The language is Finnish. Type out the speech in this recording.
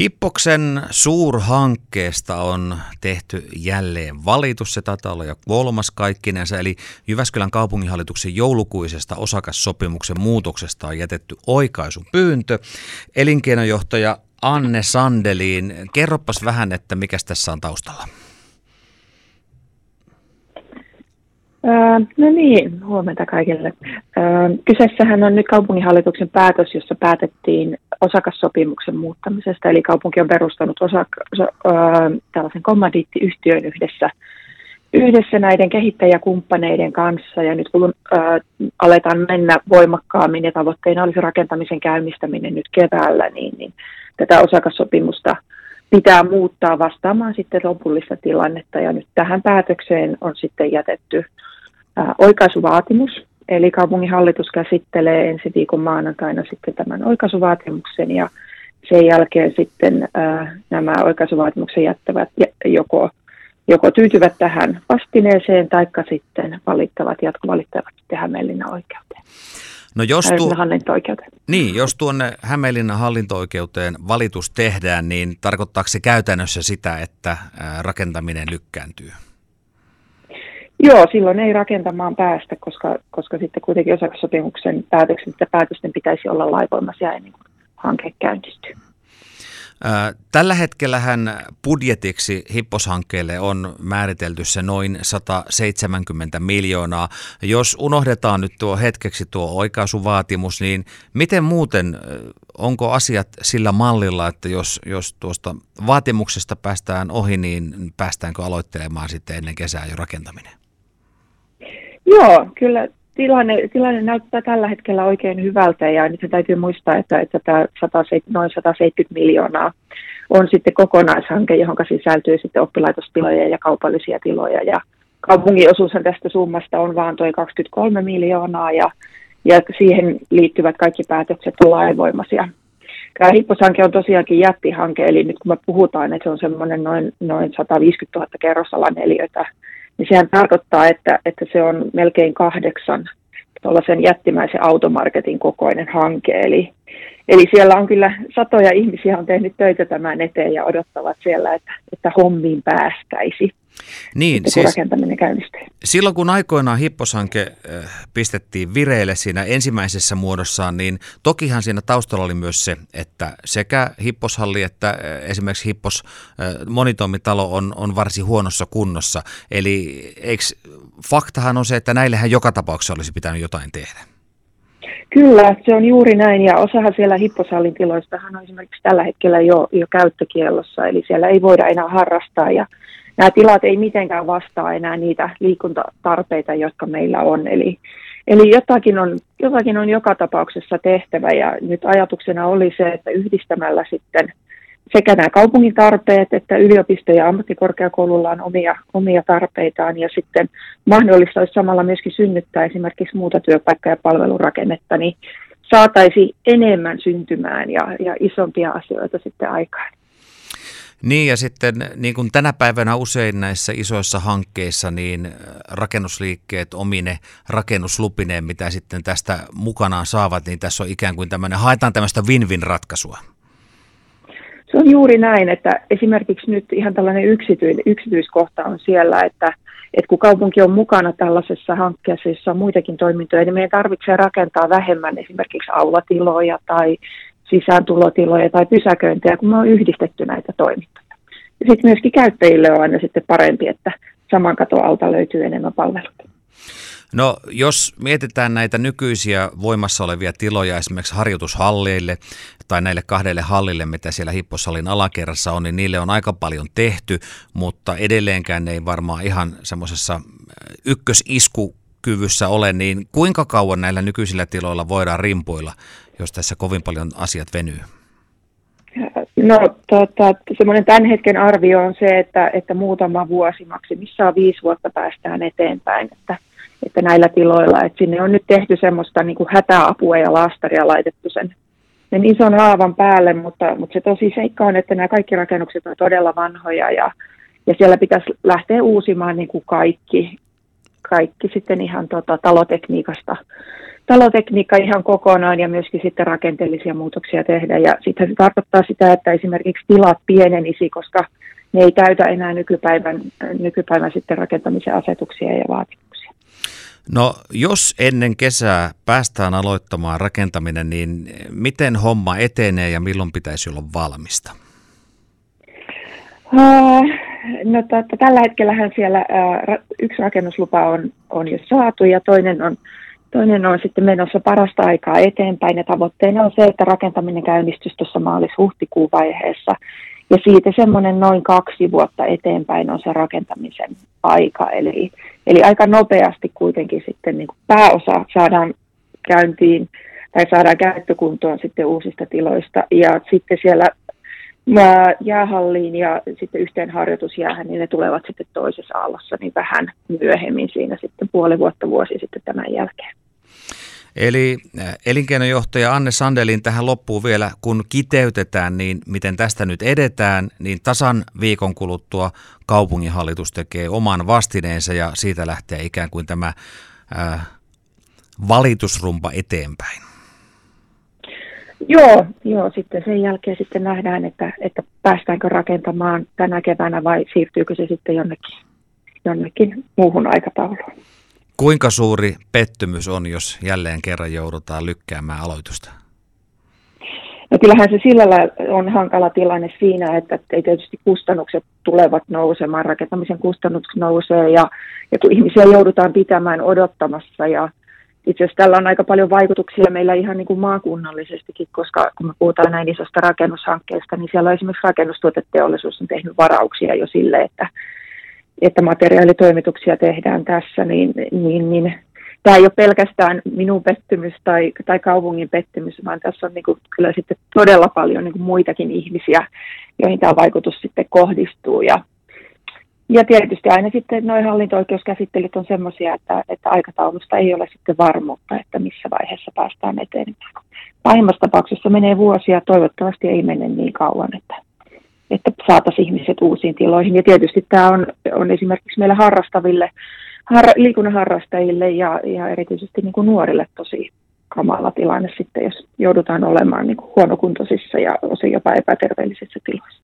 Hippoksen suurhankkeesta on tehty jälleen valitus. Se taitaa olla jo 3. kaikkinensa, eli Jyväskylän kaupunginhallituksen joulukuisesta osakassopimuksen muutoksesta on jätetty oikaisupyyntö. Elinkeinojohtaja Anne Sandelin, kerropas vähän, että mikä tässä on taustalla. No niin, huomenta kaikille. Kyseessähän on nyt kaupunginhallituksen päätös, jossa päätettiin osakassopimuksen muuttamisesta, eli kaupunki on perustanut tällaisen kommandiittiyhtiön yhdessä näiden kehittäjäkumppaneiden kanssa, ja nyt kun aletaan mennä voimakkaammin ja tavoitteena olisi rakentamisen käynnistäminen nyt keväällä, niin tätä osakassopimusta pitää muuttaa vastaamaan sitten lopullista tilannetta, ja nyt tähän päätökseen on sitten jätetty oikaisuvaatimus, eli kaupunginhallitus käsittelee ensi viikon maanantaina sitten tämän oikaisuvaatimuksen, ja sen jälkeen sitten nämä oikaisuvaatimuksen jättävät joko tyytyvät tähän vastineeseen, taikka sitten jatkovalittavat sitten Hämeenlinnan oikeuteen. No jos tuonne Hämeenlinnan hallinto-oikeuteen valitus tehdään, niin tarkoittaako se käytännössä sitä, että rakentaminen lykkääntyy? Joo, silloin ei rakentamaan päästä, koska sitten kuitenkin osakassopimuksen päätösten pitäisi olla lainvoimaisia ennen kuin hanke käynnistyy. Tällä hetkellähän budjetiksi Hippos-hankkeelle on määritelty se noin 170 miljoonaa. Jos unohdetaan nyt hetkeksi tuo oikaisuvaatimus, niin miten muuten, onko asiat sillä mallilla, että jos tuosta vaatimuksesta päästään ohi, niin päästäänkö aloittelemaan sitten ennen kesää jo rakentaminen? Joo, kyllä. Tilanne näyttää tällä hetkellä oikein hyvältä, ja nyt täytyy muistaa, että tämä noin 170 miljoonaa on sitten kokonaishanke, johon sisältyy sitten oppilaitostiloja ja kaupallisia tiloja, ja kaupungin osuushan tästä summasta on vaan tuo 23 miljoonaa, ja siihen liittyvät kaikki päätökset on lainvoimaisia. Tämä Hippos-hanke on tosiaankin jättihanke, eli nyt kun me puhutaan, että se on semmoinen noin 150 000 kerrosalaneliötä, niin sehän tarkoittaa, että se on melkein 8 tuollaisen jättimäisen automarketin kokoinen hanke. Eli siellä on kyllä satoja ihmisiä on tehnyt töitä tämän eteen ja odottavat siellä, että hommiin päästäisi. Niin, kun rakentaminen käynnistyy. Silloin kun aikoinaan Hippos-hanke pistettiin vireille siinä ensimmäisessä muodossaan, niin tokihan siinä taustalla oli myös se, että sekä Hipposhalli että esimerkiksi Hippos monitoimitalo on varsin huonossa kunnossa. Eli faktahan on se, että näillehän joka tapauksessa olisi pitänyt jotain tehdä. Kyllä, se on juuri näin, ja osahan siellä Hipposhallin tiloistahan on esimerkiksi tällä hetkellä jo käyttökiellossa, eli siellä ei voida enää harrastaa, ja nämä tilat ei mitenkään vastaa enää niitä liikuntatarpeita, jotka meillä on. Eli jotakin on joka tapauksessa tehtävä, ja nyt ajatuksena oli se, että yhdistämällä sitten sekä nämä kaupungin tarpeet, että yliopisto- ja ammattikorkeakoululla on omia tarpeitaan, ja sitten mahdollista olisi samalla myöskin synnyttää esimerkiksi muuta työpaikka- ja palvelurakennetta, niin saataisiin enemmän syntymään ja isompia asioita sitten aikaan. Niin, ja sitten niin kuin tänä päivänä usein näissä isoissa hankkeissa, niin rakennusliikkeet omine rakennuslupineen, mitä sitten tästä mukanaan saavat, niin tässä on ikään kuin haetaan tämmöistä win-win-ratkaisua. Se on juuri näin, että esimerkiksi nyt ihan tällainen yksityiskohta on siellä, että kun kaupunki on mukana tällaisessa hankkeessa, jossa on muitakin toimintoja, niin meidän tarvitsee rakentaa vähemmän esimerkiksi aulatiloja tai sisääntulotiloja tai pysäköintejä, kun me on yhdistetty näitä toimintoja. Ja sitten myöskin käyttäjille on aina sitten parempi, että saman katon alta löytyy enemmän palveluita. No jos mietitään näitä nykyisiä voimassa olevia tiloja esimerkiksi harjoitushallille tai näille 2 hallille, mitä siellä Hipposhallin alakerrassa on, niin niille on aika paljon tehty, mutta edelleenkään ei varmaan ihan semmoisessa ykkösiskukyvyssä ole, niin kuinka kauan näillä nykyisillä tiloilla voidaan rimpuilla, jos tässä kovin paljon asiat venyy? No semmoinen tämän hetken arvio on se, että muutama vuosi, maksimissaan 5 vuotta päästään eteenpäin, että näillä tiloilla, että sinne on nyt tehty semmoista niin kuin hätäapua ja laastaria laitettu sen ison haavan päälle, mutta se tosi seikka on, että nämä kaikki rakennukset on todella vanhoja ja siellä pitäisi lähteä uusimaan niin kuin kaikki sitten ihan talotekniikasta talotekniikka ihan kokonaan ja myöskin sitten rakenteellisia muutoksia tehdä. Ja sitten se tarkoittaa sitä, että esimerkiksi tilat pienenisi, koska ne ei täytä enää nykypäivän sitten rakentamisen asetuksia ja vaatimuksia. No jos ennen kesää päästään aloittamaan rakentaminen, niin miten homma etenee ja milloin pitäisi olla valmista? No tällä hetkellähän siellä yksi rakennuslupa on jo saatu ja toinen on sitten menossa parasta aikaa eteenpäin ja tavoitteena on se, että rakentaminen käynnistyisi tuossa maalis-huhtikuun vaiheessa ja siitä semmoinen noin 2 vuotta eteenpäin on se rakentamisen aika, eli aika nopeasti kuitenkin sitten niin kuin pääosa saadaan käyntiin tai saadaan käyttökuntoon sitten uusista tiloista ja sitten siellä jäähalliin ja sitten yhteen harjoitusjäähän, niin ne tulevat sitten toisessa aallossa niin vähän myöhemmin siinä sitten vuosi sitten tämän jälkeen. Eli elinkeinojohtaja Anne Sandelin tähän loppuun vielä, kun kiteytetään, niin miten tästä nyt edetään, niin tasan viikon kuluttua kaupunginhallitus tekee oman vastineensa ja siitä lähtee ikään kuin tämä valitusrumpa eteenpäin. Joo, sitten sen jälkeen sitten nähdään, että päästäänkö rakentamaan tänä keväänä vai siirtyykö se sitten jonnekin muuhun aikatauluun. Kuinka suuri pettymys on, jos jälleen kerran joudutaan lykkäämään aloitusta? No kyllähän se sillä lailla on hankala tilanne siinä, että ei tietysti kustannukset tulevat nousemaan, rakentamisen kustannukset nousee ja kun ihmisiä joudutaan pitämään odottamassa ja itse asiassa tällä on aika paljon vaikutuksia meillä ihan niin kuin maakunnallisestikin, koska kun me puhutaan näin isosta rakennushankkeesta, niin siellä on esimerkiksi rakennustuoteteollisuus on tehnyt varauksia jo sille, että materiaalitoimituksia tehdään tässä, niin tämä ei ole pelkästään minun pettymys tai kaupungin pettymys, vaan tässä on niin kuin kyllä sitten todella paljon niin kuin muitakin ihmisiä, joihin tämä vaikutus sitten kohdistuu. Ja tietysti aina sitten nuo hallinto-oikeuskäsittelyt on semmoisia, että aikataulusta ei ole sitten varmuutta, että missä vaiheessa päästään eteenpäin. Pahimmassa tapauksessa menee vuosia, toivottavasti ei mene niin kauan, että saataisiin ihmiset uusiin tiloihin. Ja tietysti tämä on esimerkiksi meille harrastaville, liikunnan harrastajille ja erityisesti niin kuin nuorille tosi kamala tilanne sitten, jos joudutaan olemaan niin kuin huonokuntoisissa ja osin jopa epäterveellisissä tiloissa.